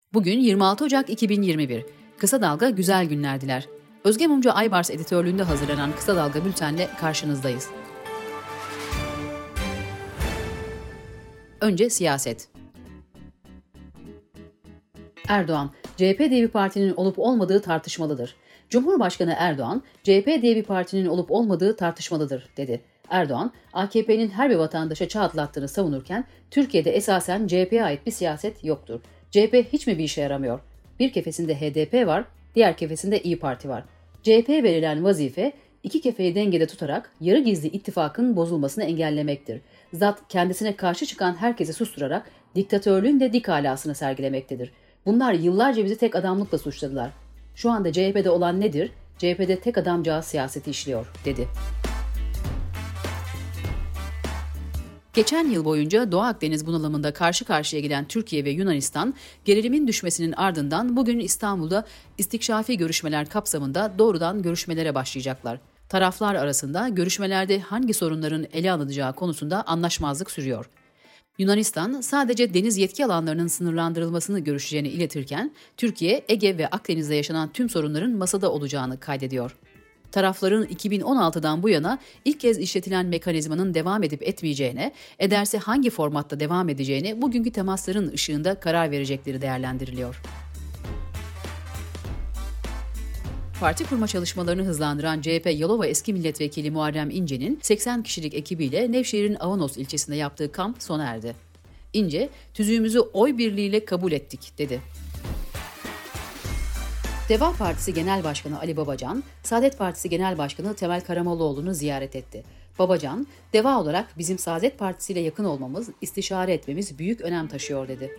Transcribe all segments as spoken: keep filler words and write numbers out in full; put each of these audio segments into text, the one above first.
Bugün yirmi altı Ocak iki bin yirmi bir. Kısa Dalga güzel günler diler. Özge Mumcu Aybars editörlüğünde hazırlanan Kısa Dalga bültenle karşınızdayız. Önce siyaset. Erdoğan, C H P diye bir partinin olup olmadığı tartışmalıdır. Cumhurbaşkanı Erdoğan, C H P diye bir partinin olup olmadığı tartışmalıdır, dedi. Erdoğan, A K P'nin her bir vatandaşa çağ atlattığını savunurken, Türkiye'de esasen C H P'ye ait bir siyaset yoktur. C H P hiç mi bir işe yaramıyor? Bir kefesinde H D P var, diğer kefesinde İyi Parti var. C H P'ye verilen vazife, iki kefeyi dengede tutarak yarı gizli ittifakın bozulmasını engellemektir. Zat kendisine karşı çıkan herkesi susturarak diktatörlüğün de dik alasını sergilemektedir. Bunlar yıllarca bizi tek adamlıkla suçladılar. Şu anda C H P'de olan nedir? C H P'de tek adamcağız siyaseti işliyor, dedi. Geçen yıl boyunca Doğu Akdeniz bunalımında karşı karşıya gelen Türkiye ve Yunanistan, gerilimin düşmesinin ardından bugün İstanbul'da istikşafi görüşmeler kapsamında doğrudan görüşmelere başlayacaklar. Taraflar arasında görüşmelerde hangi sorunların ele alınacağı konusunda anlaşmazlık sürüyor. Yunanistan sadece deniz yetki alanlarının sınırlandırılmasını görüşeceğini iletirken, Türkiye, Ege ve Akdeniz'de yaşanan tüm sorunların masada olacağını kaydediyor. Tarafların iki bin on altıdan bu yana ilk kez işletilen mekanizmanın devam edip etmeyeceğine, ederse hangi formatta devam edeceğine bugünkü temasların ışığında karar verecekleri değerlendiriliyor. Parti kurma çalışmalarını hızlandıran C H P Yalova eski milletvekili Muharrem İnce'nin seksen kişilik ekibiyle Nevşehir'in Avanos ilçesinde yaptığı kamp sona erdi. İnce, tüzüğümüzü oy birliğiyle kabul ettik, dedi. Deva Partisi Genel Başkanı Ali Babacan, Saadet Partisi Genel Başkanı Temel Karamollaoğlu'nu ziyaret etti. Babacan, Deva olarak bizim Saadet Partisi ile yakın olmamız, istişare etmemiz büyük önem taşıyor, dedi.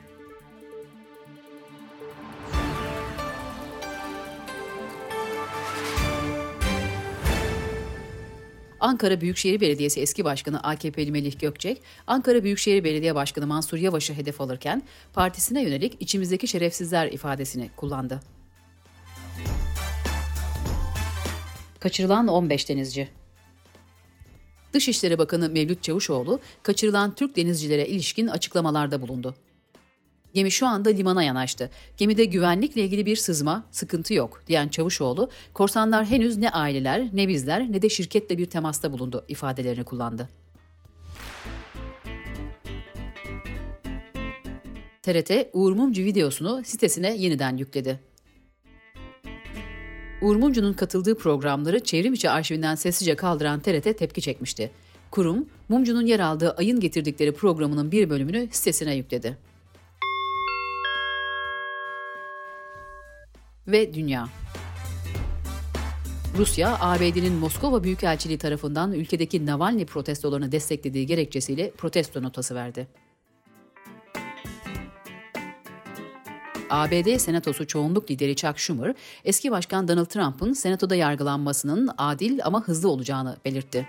Ankara Büyükşehir Belediyesi eski başkanı A K P'li Melih Gökçek, Ankara Büyükşehir Belediye Başkanı Mansur Yavaş'ı hedef alırken partisine yönelik içimizdeki şerefsizler ifadesini kullandı. Kaçırılan on beş denizci. Dışişleri Bakanı Mevlüt Çavuşoğlu, kaçırılan Türk denizcilere ilişkin açıklamalarda bulundu. Gemi şu anda limana yanaştı. Gemide güvenlikle ilgili bir sızma, sıkıntı yok, diyen Çavuşoğlu, korsanlar henüz ne aileler, ne bizler, ne de şirketle bir temasta bulundu ifadelerini kullandı. T R T, Uğur Mumcu videosunu sitesine yeniden yükledi. Uğur Mumcu'nun katıldığı programları çevrimiçi arşivinden sessizce kaldıran T R T tepki çekmişti. Kurum, Mumcu'nun yer aldığı Ayın Getirdikleri programının bir bölümünü sitesine yükledi. Ve dünya. Rusya, A B D'nin Moskova Büyükelçiliği tarafından ülkedeki Navalny protestolarını desteklediği gerekçesiyle protesto notası verdi. A B D Senatosu çoğunluk lideri Chuck Schumer, eski başkan Donald Trump'ın Senatoda yargılanmasının adil ama hızlı olacağını belirtti.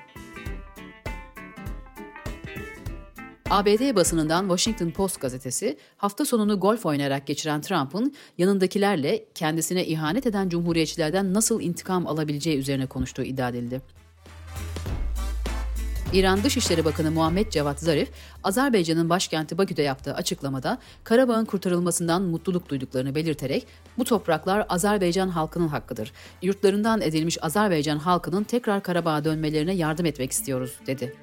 A B D basınından Washington Post gazetesi, hafta sonunu golf oynayarak geçiren Trump'ın yanındakilerle kendisine ihanet eden cumhuriyetçilerden nasıl intikam alabileceği üzerine konuştuğu iddia edildi. İran Dışişleri Bakanı Muhammed Cevat Zarif, Azerbaycan'ın başkenti Bakü'de yaptığı açıklamada Karabağ'ın kurtarılmasından mutluluk duyduklarını belirterek, bu topraklar Azerbaycan halkının hakkıdır. Yurtlarından edilmiş Azerbaycan halkının tekrar Karabağ'a dönmelerine yardım etmek istiyoruz, dedi.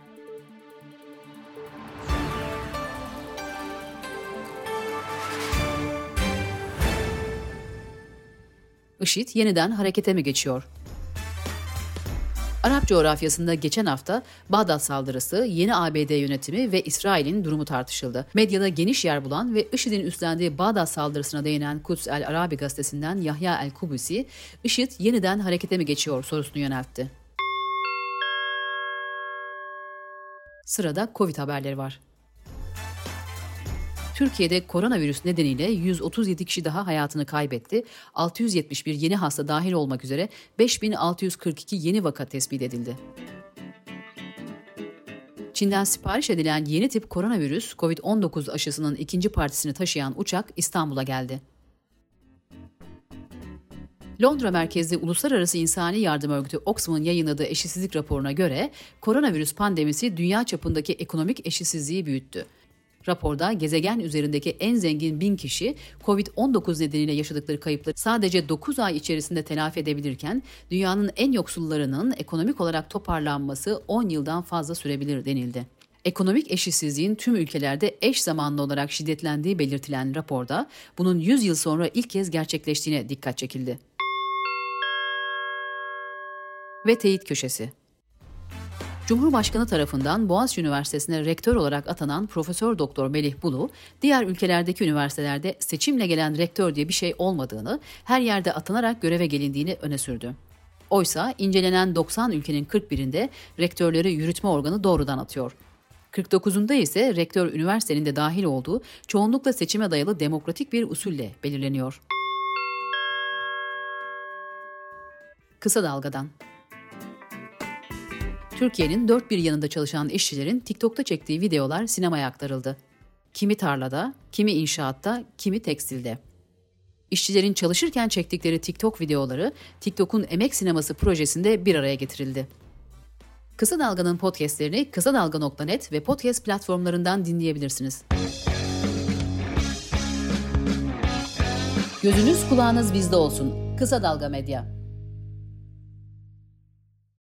IŞİD yeniden harekete mi geçiyor? Arap coğrafyasında geçen hafta Bağdat saldırısı, yeni A B D yönetimi ve İsrail'in durumu tartışıldı. Medyada geniş yer bulan ve IŞİD'in üstlendiği Bağdat saldırısına değinen Kuds El Arabi gazetesinden Yahya El Kubusi, IŞİD yeniden harekete mi geçiyor sorusunu yöneltti. Sırada Covid haberleri var. Türkiye'de koronavirüs nedeniyle yüz otuz yedi kişi daha hayatını kaybetti. altı yüz yetmiş bir yeni hasta dahil olmak üzere beş bin altı yüz kırk iki yeni vaka tespit edildi. Çin'den sipariş edilen yeni tip koronavirüs kovid on dokuz aşısının ikinci partisini taşıyan uçak İstanbul'a geldi. Londra merkezli Uluslararası İnsani Yardım Örgütü Oxfam'ın yayınladığı eşitsizlik raporuna göre koronavirüs pandemisi dünya çapındaki ekonomik eşitsizliği büyüttü. Raporda gezegen üzerindeki en zengin bin kişi kovid on dokuz nedeniyle yaşadıkları kayıpları sadece dokuz ay içerisinde telafi edebilirken dünyanın en yoksullarının ekonomik olarak toparlanması on yıldan fazla sürebilir denildi. Ekonomik eşitsizliğin tüm ülkelerde eş zamanlı olarak şiddetlendiği belirtilen raporda bunun yüz yıl sonra ilk kez gerçekleştiğine dikkat çekildi. Ve teyit köşesi. Cumhurbaşkanı tarafından Boğaziçi Üniversitesi'ne rektör olarak atanan Profesör Doktor Melih Bulu, diğer ülkelerdeki üniversitelerde seçimle gelen rektör diye bir şey olmadığını, her yerde atanarak göreve gelindiğini öne sürdü. Oysa incelenen doksan ülkenin kırk birinde rektörleri yürütme organı doğrudan atıyor. kırk dokuzunda ise rektör üniversitenin de dahil olduğu çoğunlukla seçime dayalı demokratik bir usulle belirleniyor. Kısa Dalga'dan. Türkiye'nin dört bir yanında çalışan işçilerin TikTok'ta çektiği videolar sinemaya aktarıldı. Kimi tarlada, kimi inşaatta, kimi tekstilde. İşçilerin çalışırken çektikleri TikTok videoları TikTok'un Emek Sineması projesinde bir araya getirildi. Kısa Dalga'nın podcastlerini kısa dalga nokta net ve podcast platformlarından dinleyebilirsiniz. Gözünüz kulağınız bizde olsun. Kısa Dalga Medya.